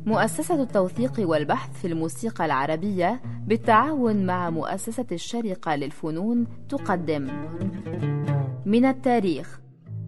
مؤسسة التوثيق والبحث في الموسيقى العربية بالتعاون مع مؤسسة الشارقة للفنون تقدم من التاريخ.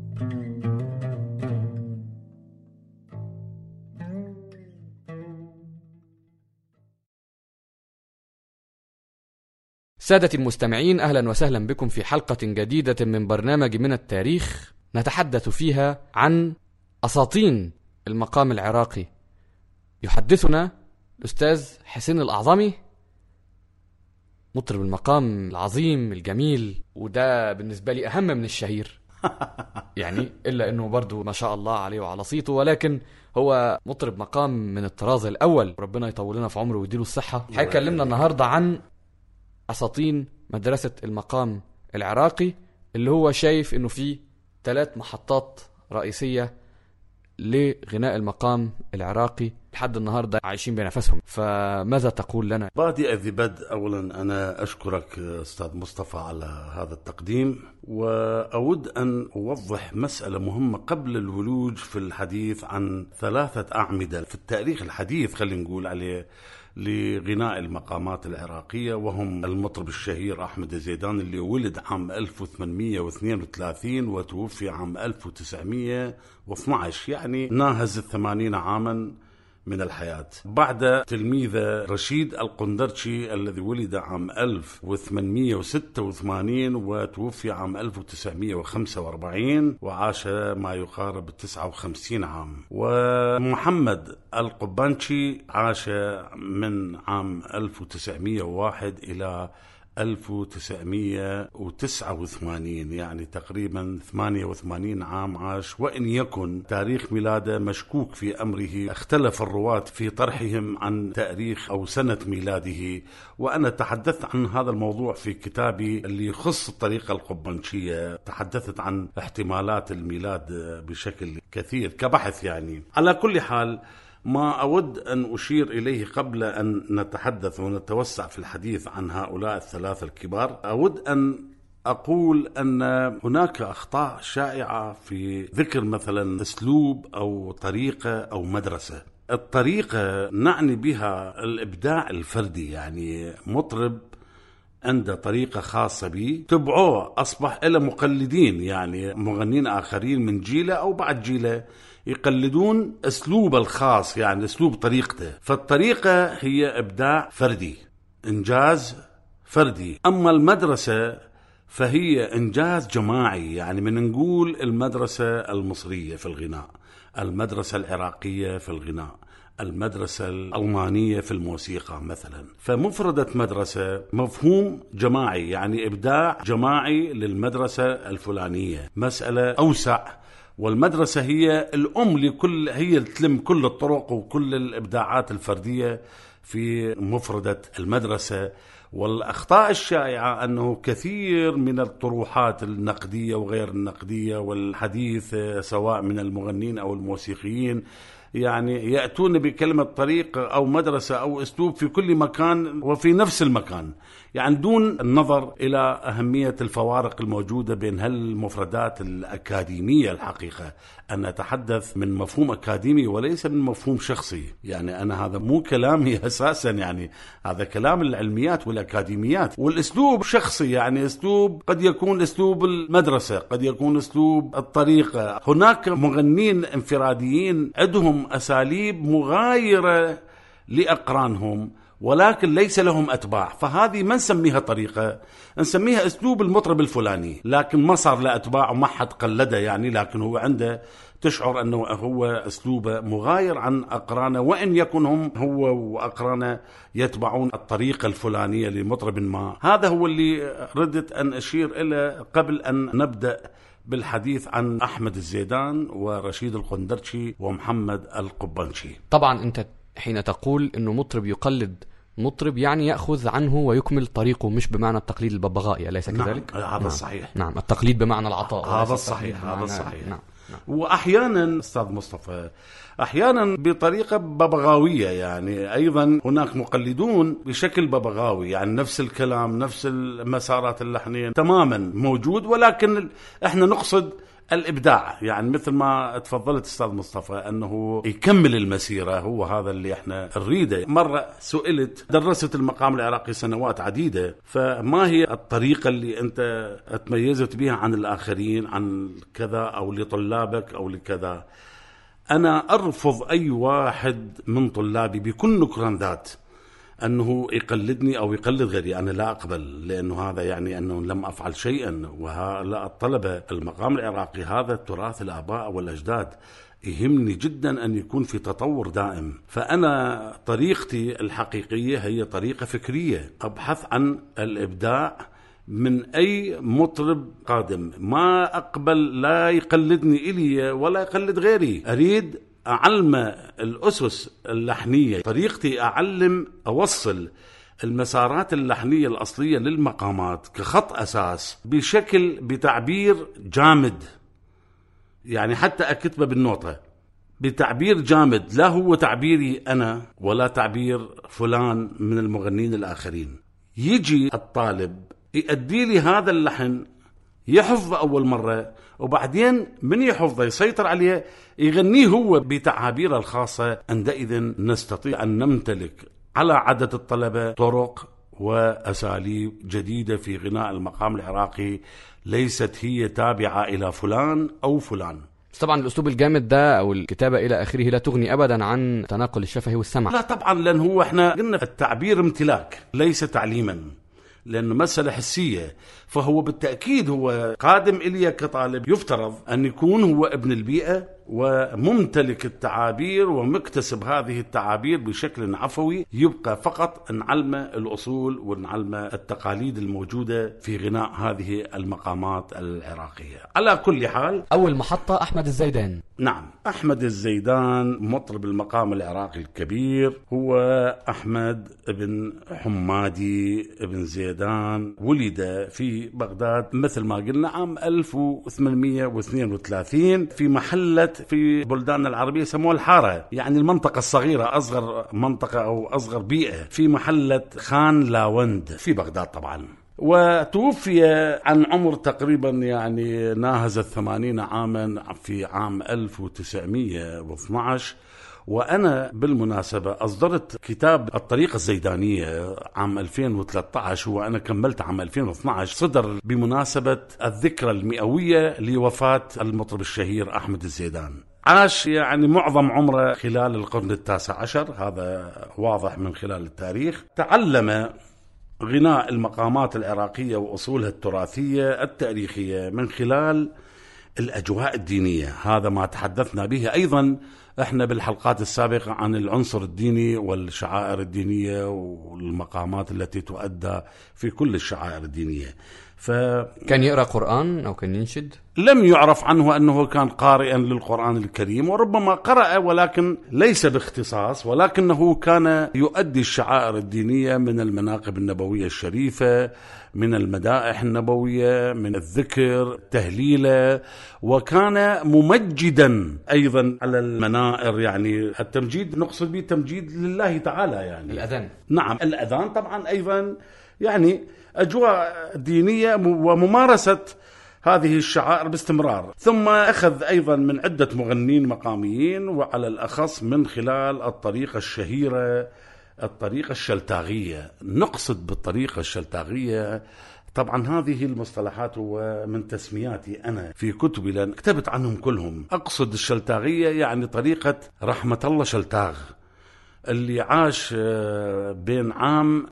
سادتي المستمعين، أهلا وسهلا بكم في حلقة جديدة من برنامج من التاريخ، نتحدث فيها عن أساطين المقام العراقي. يحدثنا الأستاذ حسين الأعظمي، مطرب المقام العظيم الجميل، وده بالنسبة لي أهم من الشهير يعني، إلا أنه برضو ما شاء الله عليه وعلى صيته، ولكن هو مطرب مقام من الطراز الأول، ربنا يطول لنا في عمره ويديله الصحة. هيكلمنا النهاردة عن أساطين مدرسة المقام العراقي، اللي هو شايف أنه فيه 3 محطات رئيسية لغناء المقام العراقي لحد النهاردة عايشين بنفسهم. فماذا تقول لنا؟ بادئ ذي بدء، أولا أنا أشكرك أستاذ مصطفى على هذا التقديم، وأود أن أوضح مسألة مهمة قبل الولوج في الحديث عن 3 أعمدة في التاريخ الحديث، خلينا نقول عليه، لغناء المقامات العراقية، وهم المطرب الشهير أحمد الزيدان، اللي ولد عام 1832 وتوفي عام 1912، يعني ناهز 80 عاما من الحياة. بعد تلميذه رشيد القندرشي الذي ولد عام 1886 وتوفي عام 1945 وعاش ما يقارب 59 عام. ومحمد القبانشي عاش من عام 1901 إلى 1989، يعني تقريبا 88 عام عاش، وإن يكن تاريخ ميلاده مشكوك في أمره. اختلف الرواة في طرحهم عن تاريخ أو سنة ميلاده، وأنا تحدثت عن هذا الموضوع في كتابي اللي يخص الطريقة القبانشية. تحدثت عن احتمالات الميلاد بشكل كثير كبحث يعني. على كل حال، ما أود أن أشير إليه قبل أن نتحدث ونتوسع في الحديث عن هؤلاء ال3 الكبار، أود أن أقول أن هناك أخطاء شائعة في ذكر مثلا أسلوب أو طريقة أو مدرسة. الطريقة نعني بها الإبداع الفردي، يعني مطرب عنده طريقة خاصة به تبعوه، أصبح إلى مقلدين، يعني مغنين آخرين من جيله أو بعد جيله يقلدون أسلوب الخاص، يعني أسلوب طريقته. فالطريقة هي إبداع فردي، إنجاز فردي. أما المدرسة فهي إنجاز جماعي، يعني من نقول المدرسة المصرية في الغناء، المدرسة العراقية في الغناء، المدرسة الألمانية في الموسيقى مثلا. فمفردة مدرسة مفهوم جماعي، يعني إبداع جماعي للمدرسة الفلانية، مسألة أوسع. والمدرسة هي الأم لكل، هي تلم كل الطرق وكل الإبداعات الفردية في مفردة المدرسة. والأخطاء الشائعة أنه كثير من الطروحات النقدية وغير النقدية والحديث سواء من المغنين أو الموسيقيين، يعني يأتون بكلمة طريقة أو مدرسة أو أسلوب في كل مكان وفي نفس المكان، يعني دون النظر إلى أهمية الفوارق الموجودة بين هالمفردات الأكاديمية. الحقيقة أنا أتحدث من مفهوم أكاديمي وليس من مفهوم شخصي، يعني أنا هذا مو كلامي أساسا، يعني هذا كلام العلميات والأكاديميات. والأسلوب شخصي، يعني أسلوب قد يكون أسلوب المدرسة، قد يكون أسلوب الطريقة. هناك مغنين انفراديين عندهم أساليب مغايرة لأقرانهم ولكن ليس لهم أتباع، فهذه ما نسميها طريقة، نسميها أسلوب المطرب الفلاني، لكن ما صار له أتباع وما حد قلده يعني، لكن هو عنده، تشعر أنه هو أسلوبه مغاير عن أقرانه، وإن يكن هم هو وأقرانه يتبعون الطريقة الفلانية لمطرب ما. هذا هو اللي ردت أن أشير إلى قبل أن نبدأ بالحديث عن أحمد الزيدان ورشيد القندرشي ومحمد القبانشي. طبعا أنت حين تقول أنه مطرب يقلد مطرب، يعني يأخذ عنه ويكمل طريقه، مش بمعنى التقليد الببغائي، أليس كذلك؟ نعم، هذا صحيح. نعم، التقليد بمعنى العطاء، هذا الصحيح، هذا الصحيح. نعم. وأحيانا أستاذ مصطفى، أحيانا بطريقة ببغاوية، يعني أيضا هناك مقلدون بشكل ببغاوي، يعني نفس الكلام، نفس المسارات اللحنية تماما موجود، ولكن احنا نقصد الإبداع، يعني مثل ما تفضلت أستاذ مصطفى أنه يكمل المسيرة، هو هذا اللي احنا نريده. مرة سئلت، درست المقام العراقي سنوات عديدة، فما هي الطريقة اللي أنت تميزت بها عن الآخرين، عن كذا أو لطلابك أو لكذا؟ أنا أرفض أي واحد من طلابي بكل نكران ذات أنه يقلدني أو يقلد غيري، أنا لا أقبل، لأنه هذا يعني أنه لم أفعل شيئا. وهؤلاء الطلبة المقام العراقي هذا تراث الآباء والأجداد، يهمني جدا أن يكون في تطور دائم. فأنا طريقتي الحقيقية هي طريقة فكرية، أبحث عن الإبداع من أي مطرب قادم، ما أقبل لا يقلدني إلي ولا يقلد غيري. أريد أعلم الأسس اللحنية، طريقتي أعلم أوصل المسارات اللحنية الأصلية للمقامات كخط أساس بشكل بتعبير جامد، يعني حتى أكتبه بالنوتة بتعبير جامد، لا هو تعبيري أنا ولا تعبير فلان من المغنين الآخرين. يجي الطالب يؤدي لي هذا اللحن، يحفظ أول مرة، وبعدين من يحفظه يسيطر عليه يغنيه هو بتعابيره الخاصة. عندئذ نستطيع أن نمتلك على عدد الطلبة طرق وأساليب جديدة في غناء المقام العراقي، ليست هي تابعة إلى فلان أو فلان. طبعا الأسلوب الجامد ده أو الكتابة إلى آخره لا تغني أبدا عن تناقل الشفهي والسمع. لا طبعا، لأن هو احنا قلنا التعبير امتلاك ليس تعليما، لأنه مسألة حسية. فهو بالتأكيد هو قادم إلي كطالب، يفترض أن يكون هو ابن البيئة وممتلك التعابير ومكتسب هذه التعابير بشكل عفوي، يبقى فقط نعلم الأصول ونعلم التقاليد الموجودة في غناء هذه المقامات العراقية. على كل حال، أول محطة أحمد الزيدان. نعم، أحمد الزيدان مطرب المقام العراقي الكبير، هو أحمد بن حمادي بن زيدان، ولد في بغداد مثل ما قلنا عام 1832 في محلة في بلدان العربية سموها الحارة، يعني المنطقة الصغيرة، أصغر منطقة أو أصغر بيئة، في محلة خان لاوند في بغداد طبعا. وتوفي عن عمر تقريبا يعني ناهز 80 عاما في عام 1912. وأنا بالمناسبة أصدرت كتاب الطريقة الزيدانية عام 2013، وأنا كملت عام 2012، صدر بمناسبة الذكرى المئوية لوفاة المطرب الشهير أحمد الزيدان. عاش يعني معظم عمره خلال القرن التاسع عشر، هذا واضح من خلال التاريخ. تعلم غناء المقامات العراقية وأصولها التراثية التاريخية من خلال الأجواء الدينية، هذا ما تحدثنا به أيضا احنا بالحلقات السابقة عن العنصر الديني والشعائر الدينية والمقامات التي تؤدى في كل الشعائر الدينية. كان يقرأ قرآن أو كان ينشد؟ لم يعرف عنه أنه كان قارئا للقرآن الكريم، وربما قرأ ولكن ليس باختصاص، ولكنه كان يؤدي الشعائر الدينية من المناقب النبوية الشريفة، من المدائح النبوية، من الذكر، التهليل، وكان ممجدا أيضا على المنائر. يعني التمجيد نقصد به تمجيد لله تعالى، يعني الأذان. نعم، الأذان طبعا أيضا يعني أجواء دينية وممارسة هذه الشعائر باستمرار. ثم أخذ أيضا من عدة مغنين مقاميين، وعلى الأخص من خلال الطريقة الشهيرة الطريقة الشلتاغية. نقصد بالطريقة الشلتاغية طبعا هذه المصطلحات ومن تسمياتي أنا في كتبي، لأن كتبت عنهم كلهم. أقصد الشلتاغية يعني طريقة رحمة الله شلتاغ، اللي عاش بين عام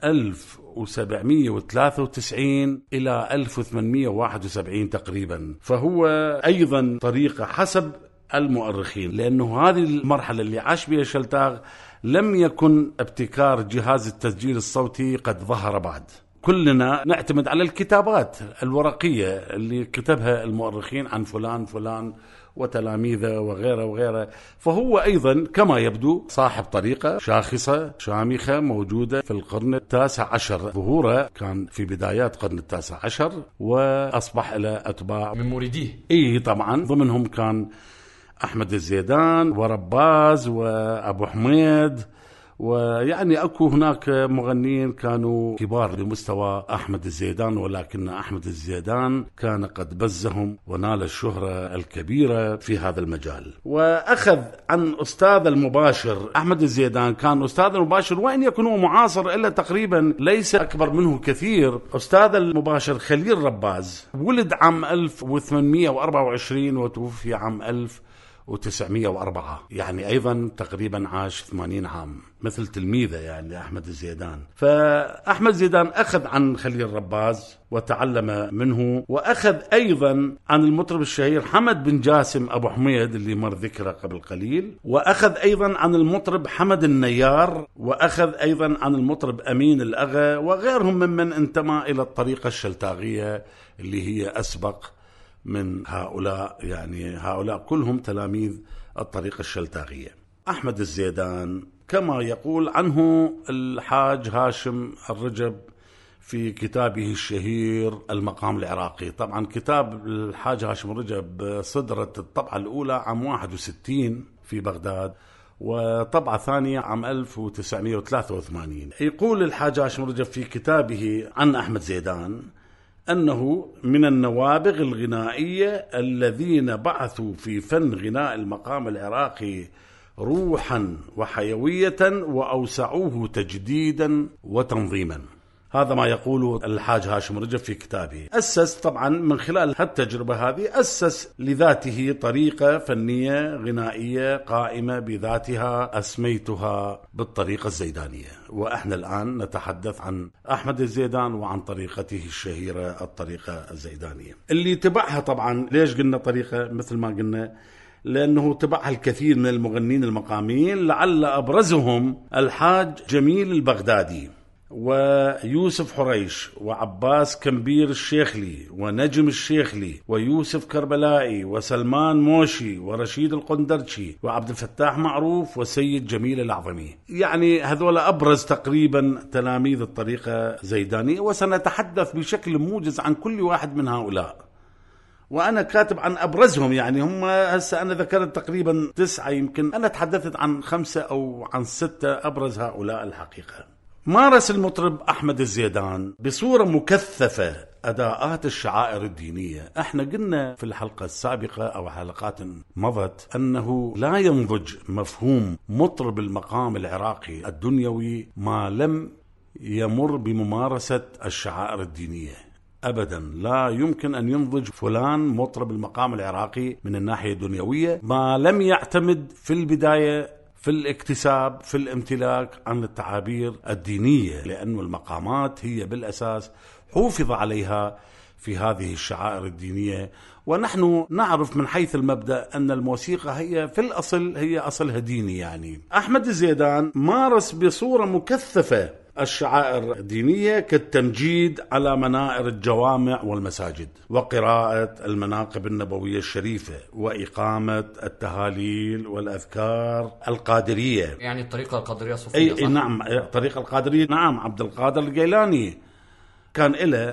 1793 إلى 1871 تقريبا. فهو أيضا طريقة حسب المؤرخين، لأنه هذه المرحلة اللي عاش بها شلتاغ لم يكن ابتكار جهاز التسجيل الصوتي قد ظهر بعد. كلنا نعتمد على الكتابات الورقية اللي كتبها المؤرخين عن فلان فلان وتلاميذه وغيره وغيره. فهو أيضا كما يبدو صاحب طريقة شاخصة شامخة موجودة في القرن التاسع عشر. ظهوره كان في بدايات القرن التاسع عشر، وأصبح له أتباع من مريديه. طبعا ضمنهم كان أحمد الزيدان ورباز وأبو حميد ويعني أكو هناك مغنيين كانوا كبار بمستوى أحمد الزيدان، ولكن أحمد الزيدان كان قد بزهم ونال الشهرة الكبيرة في هذا المجال. وأخذ عن أستاذ المباشر أحمد الزيدان، كان أستاذ المباشر وإن يكون هو معاصر إلا تقريبا ليس أكبر منه كثير. أستاذ المباشر خليل رباز ولد عام 1824 وتوفي عام 1904، يعني أيضا تقريبا عاش 80 عام مثل تلميذه يعني أحمد الزيدان. فأحمد الزيدان أخذ عن خليل رباز وتعلم منه، وأخذ أيضا عن المطرب الشهير حمد بن جاسم أبو حميد اللي مر ذكره قبل قليل، وأخذ أيضا عن المطرب حمد النيار، وأخذ أيضا عن المطرب أمين الأغا، وغيرهم ممن انتمى إلى الطريقة الشلتاغية اللي هي أسبق من هؤلاء، يعني هؤلاء كلهم تلاميذ الطريقة الشلتاغية. أحمد الزيدان كما يقول عنه الحاج هاشم الرجب في كتابه الشهير المقام العراقي. طبعا كتاب الحاج هاشم الرجب صدرت الطبعة الأولى عام 61 في بغداد، وطبعة ثانية عام 1983. يقول الحاج هاشم الرجب في كتابه عن أحمد زيدان أنه من النوابغ الغنائية الذين بعثوا في فن غناء المقام العراقي روحا وحيوية وأوسعوه تجديدا وتنظيما. هذا ما يقوله الحاج هاشم رجب في كتابه. أسس طبعا من خلال التجربة هذه أسس لذاته طريقة فنية غنائية قائمة بذاتها أسميتها بالطريقة الزيدانية. وإحنا الآن نتحدث عن أحمد الزيدان وعن طريقته الشهيرة الطريقة الزيدانية اللي تبعها. طبعا ليش قلنا طريقة؟ مثل ما قلنا لأنه تبعها الكثير من المغنين المقاميين، لعل أبرزهم الحاج جميل البغدادي ويوسف حريش وعباس كمبير الشيخلي ونجم الشيخلي ويوسف كربلائي وسلمان موشي ورشيد القندرشي وعبد الفتاح معروف وسيد جميل الأعظمي. يعني هذول أبرز تقريبا تلاميذ الطريقة زيدانية، وسنتحدث بشكل موجز عن كل واحد من هؤلاء، وأنا كاتب عن أبرزهم. يعني هم هسه أنا ذكرت تقريبا 9، يمكن أنا تحدثت عن 5 أو عن 6 أبرز هؤلاء الحقيقة. مارس المطرب أحمد الزيدان بصورة مكثفة أداءات الشعائر الدينية. احنا قلنا في الحلقة السابقة أو حلقات مضت أنه لا ينضج مفهوم مطرب المقام العراقي الدنيوي ما لم يمر بممارسة الشعائر الدينية أبدا. لا يمكن أن ينضج فلان مطرب المقام العراقي من الناحية الدنيوية ما لم يعتمد في البداية في الاكتساب في الامتلاك عن التعابير الدينية، لأن المقامات هي بالأساس حوفظ عليها في هذه الشعائر الدينية. ونحن نعرف من حيث المبدأ أن الموسيقى هي في الأصل هي أصلها ديني. يعني أحمد الزيدان مارس بصورة مكثفة الشعائر الدينية كالتمجيد على منائر الجوامع والمساجد، وقراءة المناقب النبوية الشريفة، وإقامة التهاليل والأذكار القادرية. يعني الطريقة القادرية الصوفية، صح؟ نعم، الطريقة القادرية. نعم، عبد القادر الجيلاني كان له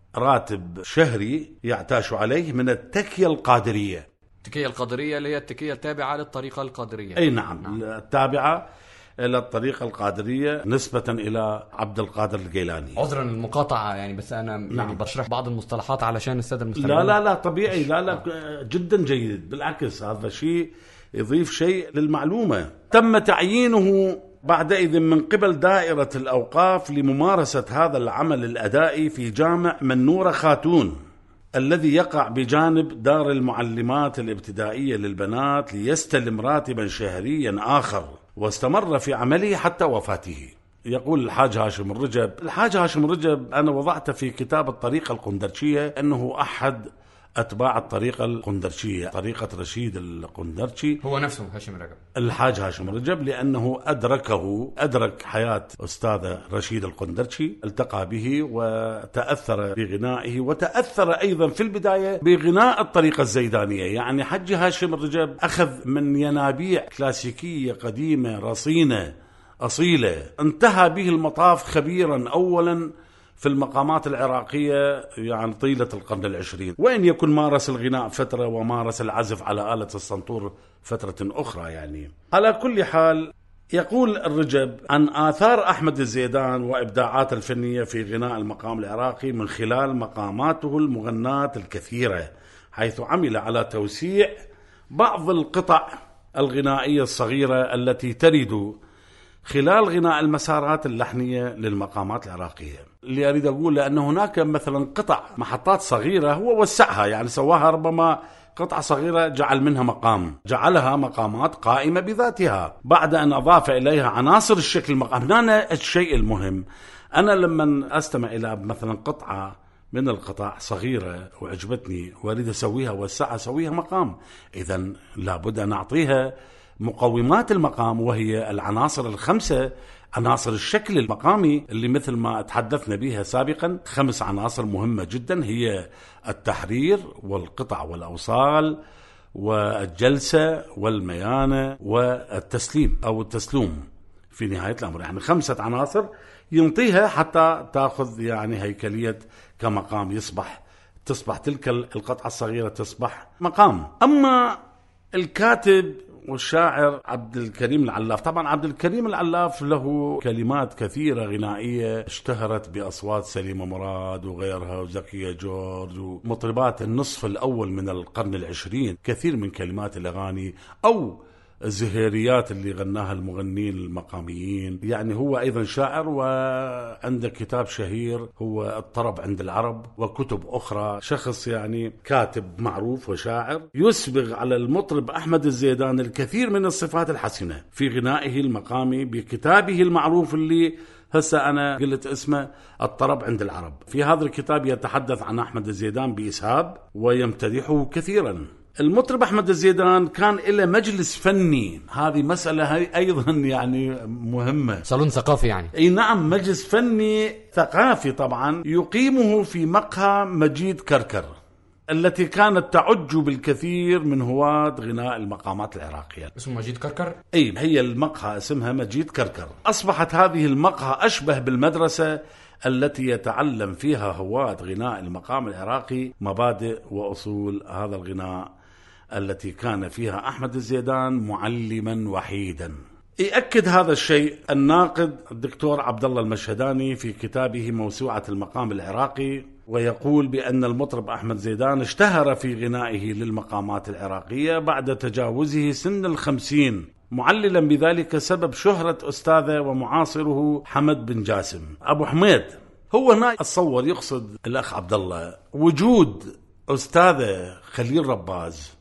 راتب شهري يعتاش عليه من التكية القادرية. التكية القادرية اللي هي التكية التابعة للطريقة القادرية. أي نعم. التابعة إلى الطريقة القادرية نسبة إلى عبد القادر الجيلاني. عذرا المقاطعة يعني، بس أنا نعم. يعني بشرح بعض المصطلحات علشان السادة المستمعين. لا طبيعي. لا جدا جيد، بالعكس هذا شيء يضيف شيء للمعلومة. تم تعيينه بعدئذ من قبل دائرة الأوقاف لممارسة هذا العمل الأدائي في جامع منورة خاتون الذي يقع بجانب دار المعلمات الابتدائية للبنات، ليستلم راتبا شهريا آخر، واستمر في عمله حتى وفاته. يقول الحاج هاشم الرجب، الحاج هاشم الرجب أنا وضعت في كتاب الطريقة القندرشية أنه أحد أتباع الطريقة القندرشية، طريقة رشيد القندرشي. هو نفسه هاشم الرجب، الحاج هاشم الرجب، لأنه أدرك حياة أستاذ رشيد القندرشي، التقى به وتأثر بغنائه، وتأثر أيضا في البداية بغناء الطريقة الزيدانية. يعني حج هاشم الرجب أخذ من ينابيع كلاسيكية قديمة رصينة أصيلة، انتهى به المطاف خبيرا أولا في المقامات العراقية يعني طيلة القرن العشرين، وإن يكن مارس الغناء فترة ومارس العزف على آلة السنطور فترة أخرى. يعني على كل حال يقول الرجب عن آثار أحمد الزيدان وإبداعات الفنية في غناء المقام العراقي من خلال مقاماته المغناة الكثيرة، حيث عمل على توسيع بعض القطع الغنائية الصغيرة التي ترد خلال غناء المسارات اللحنية للمقامات العراقية. اللي أريد أقول لأن هناك مثلا قطع محطات صغيرة هو وسعها، يعني سواها ربما قطعة صغيرة جعل منها مقام، جعلها مقامات قائمة بذاتها بعد أن أضاف إليها عناصر الشكل المقام. هنا الشيء المهم، أنا لما أستمع إلى مثلا قطعة من القطع صغيرة وعجبتني وأريد أسويها وسعها أسويها مقام، إذن لابد أن أعطيها مقومات المقام، وهي العناصر الخمسة، عناصر الشكل المقامي اللي مثل ما تحدثنا بها سابقا. 5 عناصر مهمة جدا، هي التحرير والقطع والأوصال والجلسة والميانة والتسليم أو التسلوم في نهاية الأمر. يعني 5 عناصر ينطيها حتى تأخذ يعني هيكلية كمقام، تصبح تلك القطعة الصغيرة تصبح مقام. أما الكاتب والشاعر عبد الكريم العلاف، طبعا عبد الكريم العلاف له كلمات كثيرة غنائية اشتهرت بأصوات سليمة مراد وغيرها وزكية جورج ومطربات النصف الأول من القرن العشرين. كثير من كلمات الأغاني أو الزهيريات اللي غناها المغنين المقاميين. يعني هو أيضا شاعر، وعنده كتاب شهير هو الطرب عند العرب، وكتب أخرى. شخص يعني كاتب معروف وشاعر، يسبغ على المطرب أحمد الزيدان الكثير من الصفات الحسنة في غنائه المقامي بكتابه المعروف اللي هسه أنا قلت اسمه الطرب عند العرب. في هذا الكتاب يتحدث عن أحمد الزيدان بإسهاب ويمتدحه كثيرا. المطرب أحمد الزيدان كان له مجلس فني، هذه مسألة أيضا يعني مهمة، صالون ثقافي يعني. أي نعم، مجلس فني ثقافي طبعا يقيمه في مقهى مجيد كركر، التي كانت تعج بالكثير من هواة غناء المقامات العراقية. اسمه مجيد كركر؟ أي، هي المقهى اسمها مجيد كركر. أصبحت هذه المقهى أشبه بالمدرسة التي يتعلم فيها هواة غناء المقام العراقي مبادئ وأصول هذا الغناء التي كان فيها أحمد الزيدان معلما وحيدا. يأكد هذا الشيء الناقد الدكتور عبد الله المشهداني في كتابه موسوعة المقام العراقي، ويقول بأن المطرب أحمد زيدان اشتهر في غنائه للمقامات العراقية بعد تجاوزه سن 50، معللا بذلك سبب شهرة أستاذه ومعاصره حمد بن جاسم أبو حميد. هو هنا أتصور يقصد الأخ عبد الله وجود أستاذه خليل رباز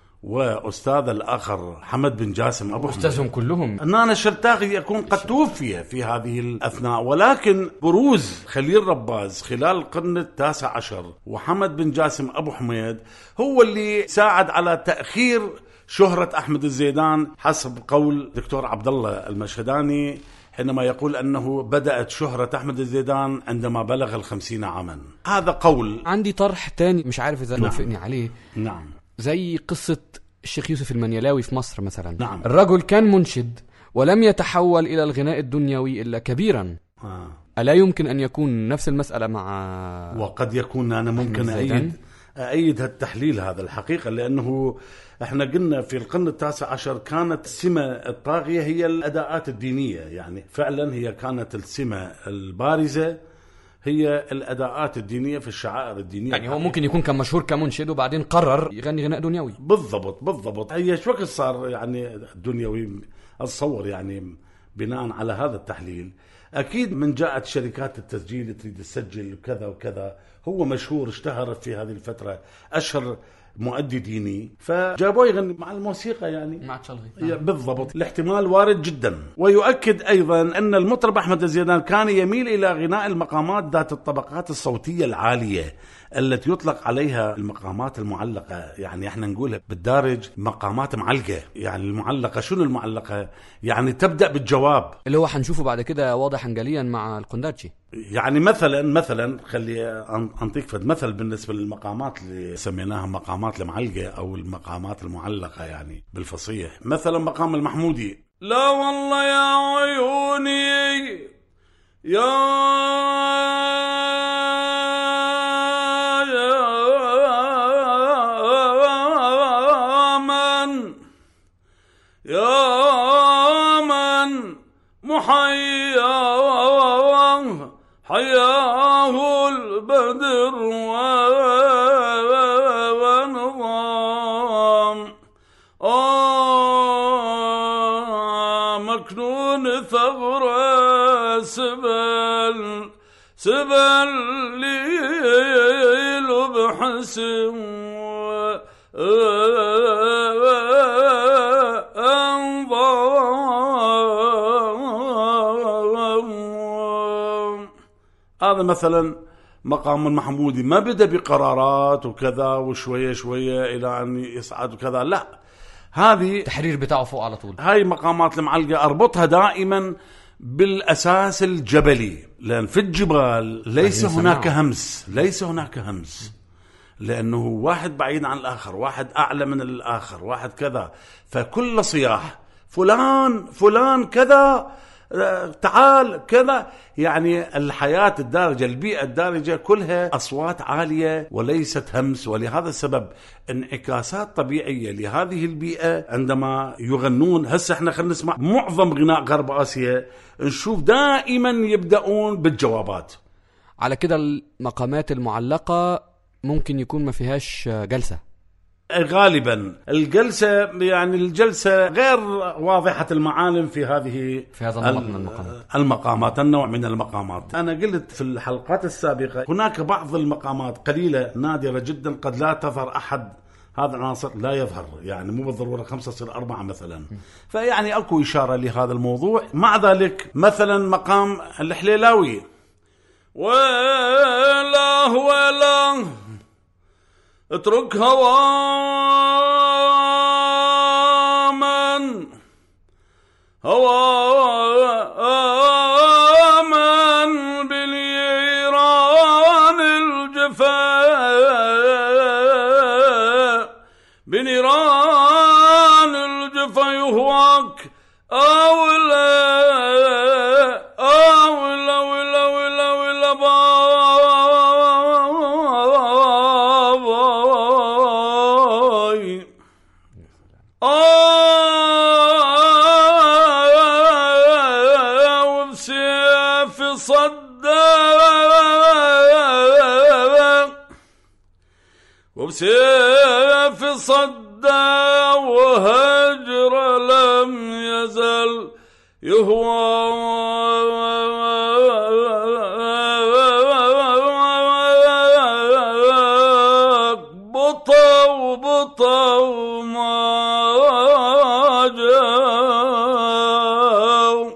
وأستاذ الآخر حمد بن جاسم أبو حميد، أستاذهم كلهم. نانا شرتاغي يكون قد توفي في هذه الأثناء، ولكن بروز خليل رباز خلال القرن 19 وحمد بن جاسم أبو حميد هو اللي ساعد على تأخير شهرة أحمد الزيدان، حسب قول دكتور عبد الله المشهداني حينما يقول أنه بدأت شهرة أحمد الزيدان عندما بلغ 50 عاما. هذا قول. عندي طرح تاني مش عارف إذا توافقني عليه. نعم. زي قصة الشيخ يوسف المنيلاوي في مصر مثلا. نعم. الرجل كان منشد ولم يتحول إلى الغناء الدنيوي إلا كبيرا. ألا يمكن أن يكون نفس المسألة مع وقد يكون أنا ممكن أعيد التحليل هذا الحقيقة، لأنه احنا قلنا في القرن 19 كانت السمة الطاغية هي الأداءات الدينية، يعني فعلا هي كانت السمة البارزة هي الأداءات الدينية في الشعائر الدينية. يعني هو ممكن يكون كان مشهور كمنشد وبعدين قرر يغني غناء دنيوي. بالضبط. هي شو وقت صار يعني دنيوي؟ أتصور يعني بناء على هذا التحليل أكيد من جاءت شركات التسجيل تريد تسجل وكذا وكذا، هو مشهور اشتهر في هذه الفترة، أشهر مؤدي ديني، فجابوه يغني مع الموسيقى يعني مع تشلغي. بالضبط، الاحتمال وارد جدا. ويؤكد أيضا أن المطرب أحمد الزيدان كان يميل إلى غناء المقامات ذات الطبقات الصوتية العالية التي يطلق عليها المقامات المعلقة. يعني احنا نقولها بالدارج مقامات معلقة. يعني المعلقة شنو المعلقة؟ يعني تبدأ بالجواب اللي هو حنشوفه بعد كده واضحا جليا مع القندارجي. يعني مثلا خلي أنطيك فد مثل بالنسبة للمقامات اللي سميناها مقامات المعلقة أو المقامات المعلقة يعني بالفصيح. مثلا مقام المحمودي، لا والله يا عيوني يا من ثغر سبل ليل بحسم هذا مثلا مقام المحمودي ما بدأ بقرارات وكذا وشوية شوية إلى أن يصعد وكذا، لا، هذه التحرير بتاعه فوق على طول. هاي مقامات المعلقة أربطها دائما بالأساس الجبلي، لأن في الجبال ليس هناك همس، لأنه واحد بعيد عن الآخر، واحد أعلى من الآخر، واحد كذا، فكل صياح فلان كذا، تعال كذا، يعني الحياة الدارجة، البيئة الدارجة كلها أصوات عالية وليست همس. ولهذا السبب انعكاسات طبيعية لهذه البيئة عندما يغنون. هسه احنا خلينا نسمع معظم غناء غرب آسيا، نشوف دائما يبدأون بالجوابات. على كده المقامات المعلقة ممكن يكون ما فيهاش جلسة غالبا. الجلسة يعني الجلسة غير واضحة المعالم في هذا النوع من المقامات. النوع من المقامات أنا قلت في الحلقات السابقة هناك بعض المقامات قليلة نادرة جدا قد لا تظهر أحد هذا العناصر، لا يظهر، يعني مو بالضرورة 5 يصير 4 مثلا. فيعني أكو إشارة لهذا الموضوع. مع ذلك مثلا مقام الحليلاوي، ولا اترك هواما بنيران الجفا يهواك وبسيف صدى وهجر لم يزل يهواك بطوا ما جاءوا.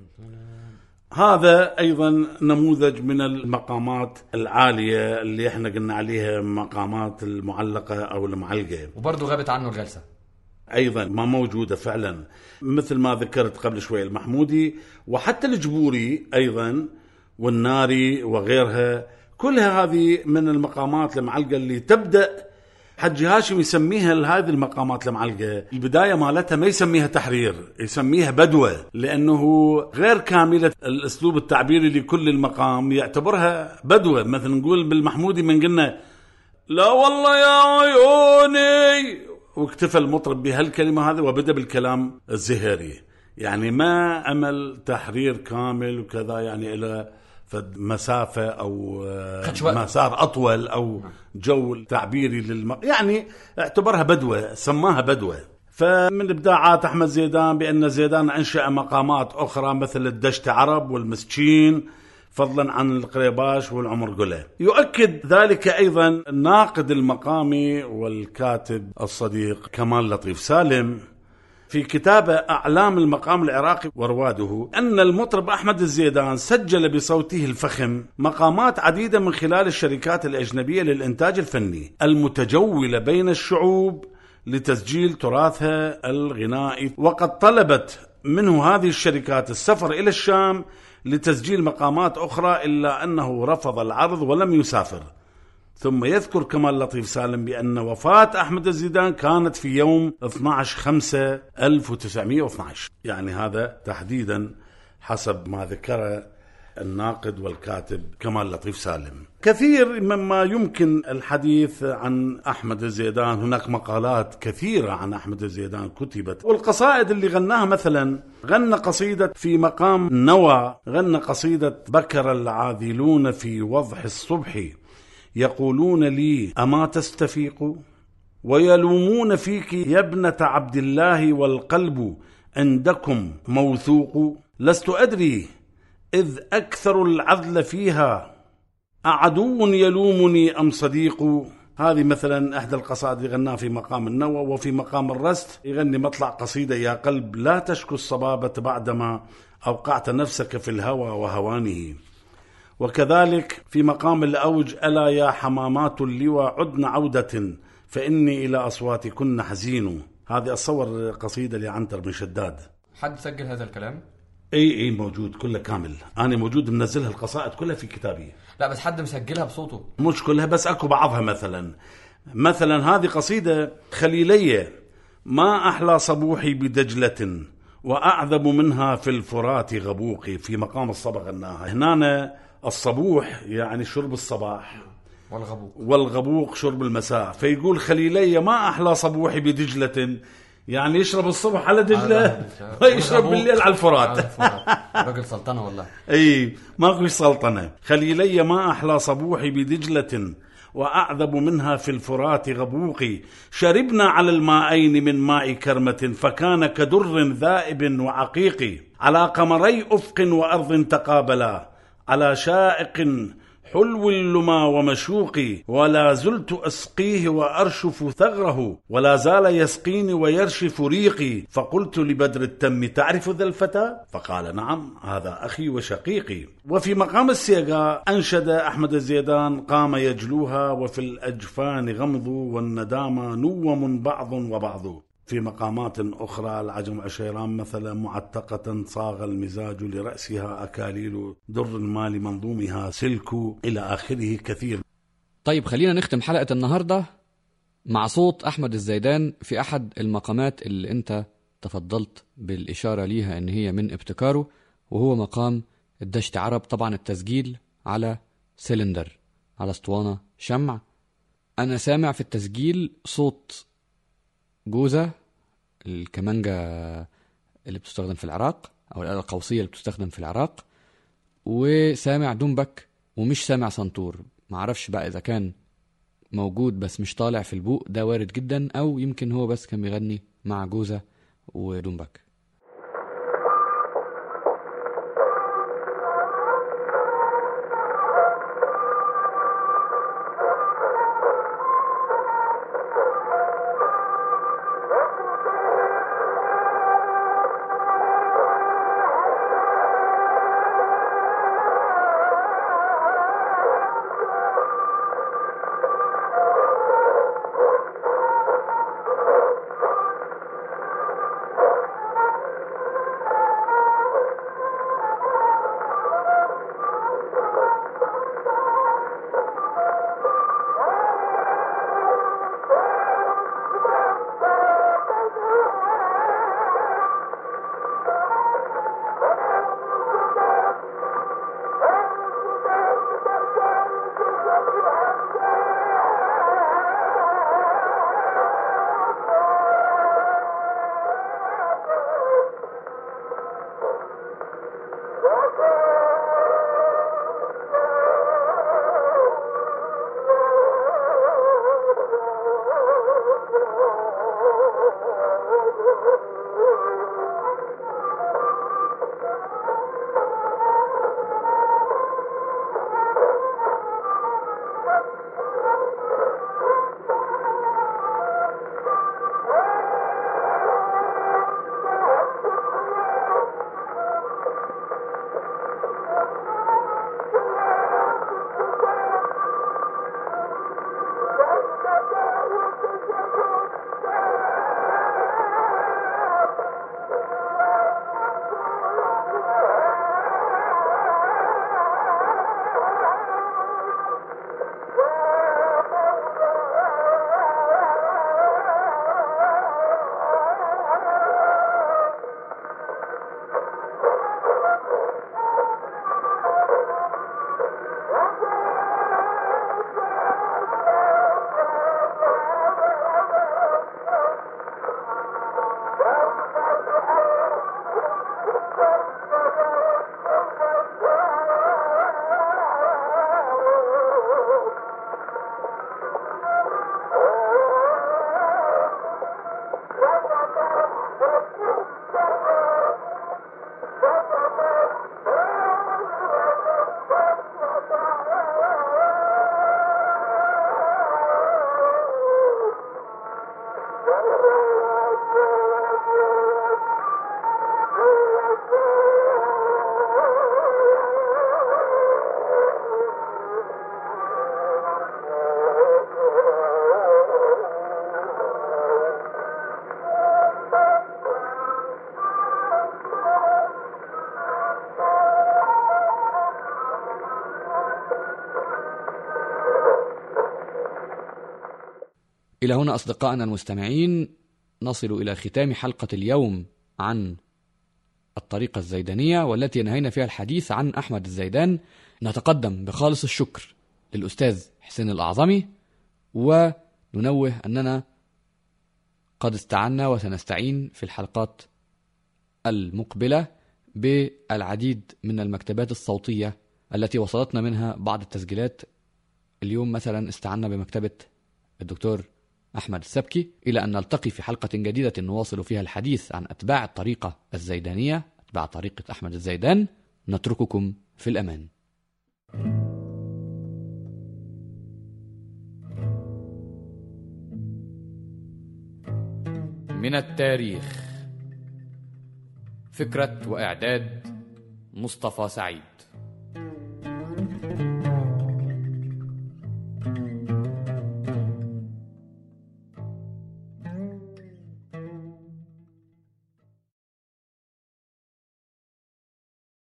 هذا أيضا نموذج من المقامات العالية اللي احنا قلنا عليها مقامات المعلقة أو المعلقة، وبرضه غابت عنه الجلسة، أيضا ما موجودة فعلا، مثل ما ذكرت قبل شوي المحمودي وحتى الجبوري أيضا والناري وغيرها. كلها هذه من المقامات المعلقة اللي تبدأ حج هاشم يسميها هذه المقامات المعلقة البداية مالتها ما يسميها تحرير، يسميها بدوة، لأنه غير كاملة الأسلوب التعبيري لكل المقام، يعتبرها بدوة. مثل نقول بالمحمودي من قلنا لا والله يا عيوني، واكتفى المطرب بهالكلمة هذه وبدأ بالكلام الزهيري، يعني ما عمل تحرير كامل وكذا، يعني إلى مسافة أو مسار أطول أو جو تعبيري يعني اعتبرها بدوة، سماها بدوة. فمن إبداعات أحمد زيدان بأن زيدان أنشأ مقامات أخرى مثل الدشت عرب والمسكين، فضلا عن القريباش والعمر قلة. يؤكد ذلك أيضا الناقد المقامي والكاتب الصديق كمال لطيف سالم في كتابه أعلام المقام العراقي ورواده أن المطرب أحمد الزيدان سجل بصوته الفخم مقامات عديدة من خلال الشركات الأجنبية للإنتاج الفني المتجولة بين الشعوب لتسجيل تراثها الغنائي، وقد طلبت منه هذه الشركات السفر إلى الشام لتسجيل مقامات أخرى إلا أنه رفض العرض ولم يسافر. ثم يذكر كمال لطيف سالم بأن وفاة أحمد الزيدان كانت في يوم 12/5/1912، يعني هذا تحديدا حسب ما ذكر الناقد والكاتب كمال لطيف سالم. كثير مما يمكن الحديث عن أحمد الزيدان، هناك مقالات كثيرة عن أحمد الزيدان كتبت، والقصائد اللي غناها مثلا غنى قصيدة في مقام نوى، غنى قصيدة بكر العاذلون في وضح الصبح يقولون لي أما تستفيق، ويلومون فيك يا ابنة عبد الله والقلب عندكم موثوق، لست أدري إذ أكثر العذل فيها أعدو يلومني أم صديق. هذه مثلا إحدى القصائد يغناها في مقام النوى. وفي مقام الرست يغني مطلع قصيدة: يا قلب لا تشكو الصبابة بعدما أوقعت نفسك في الهوى وهوانه. وكذلك في مقام الأوج: ألا يا حمامات اللوى عدن عودة فإني إلى أصواتكن حزين. هذه أصور قصيدة لعنتر بن شداد. حد سجل هذا الكلام؟ اي موجود كله كامل، انا موجود منزلها القصائد كلها في كتابي. لا بس حد مسجلها بصوته؟ مش كلها، بس اكو بعضها. مثلا هذه قصيدة: خليلية ما احلى صبوحي بدجلة واعذب منها في الفرات غبوقي. في مقام الصبا غناها. هنا الصبوح يعني شرب الصباح، والغبوق شرب المساء. فيقول: خليلية ما احلى صبوحي بدجلة، يعني يشرب الصبح على دجلة ويشرب بالليل على الفرات. راجل سلطنة والله. اي ماكوش سلطنة. خليلي ما أحلى صبوحي بدجلة وأعذب منها في الفرات غبوقي. شربنا على الماءين من ماء كرمة فكان كدر ذائب وعقيق. على قمري أفق وأرض تقابلا على شائق حلو اللما ومشوقي. ولا زلت أسقيه وأرشف ثغره ولا زال يسقيني ويرشف ريقي. فقلت لبدر التم: تعرف ذا الفتى؟ فقال: نعم هذا أخي وشقيقي. وفي مقام السيقا أنشد أحمد الزيدان: قام يجلوها وفي الأجفان غمض والندامة نوم بعض وبعض. في مقامات أخرى: العجم عشيران مثلا معتقة صاغ المزاج لرأسها أكاليل در المال منظومها سلك، إلى آخره كثير. طيب خلينا نختم حلقة النهاردة مع صوت أحمد الزيدان في أحد المقامات اللي أنت تفضلت بالإشارة ليها أن هي من ابتكاره، وهو مقام الدشت عرب. طبعا التسجيل على سيلندر، على اسطوانة شمع. أنا سامع في التسجيل صوت جوزة، الكمانجة اللي بتستخدم في العراق أو الآلة القوسية اللي بتستخدم في العراق، وسامع دومبك ومش سامع سنتور. معرفش بقى إذا كان موجود بس مش طالع في البوق، ده وارد جدا، أو يمكن هو بس كان بيغني مع جوزة ودومبك. إلى هنا أصدقائنا المستمعين نصل إلى ختام حلقة اليوم عن الطريقة الزيدانية، والتي انهينا فيها الحديث عن أحمد الزيدان. نتقدم بخالص الشكر للأستاذ حسين الأعظمي، وننوه أننا قد استعنا وسنستعين في الحلقات المقبلة بالعديد من المكتبات الصوتية التي وصلتنا منها بعض التسجيلات. اليوم مثلا استعنا بمكتبة الدكتور أحمد السبكي. إلى أن نلتقي في حلقة جديدة نواصل فيها الحديث عن أتباع الطريقة الزيدانية، أتباع طريقة أحمد الزيدان. نترككم في الأمان. من التاريخ، فكرة وإعداد مصطفى سعيد.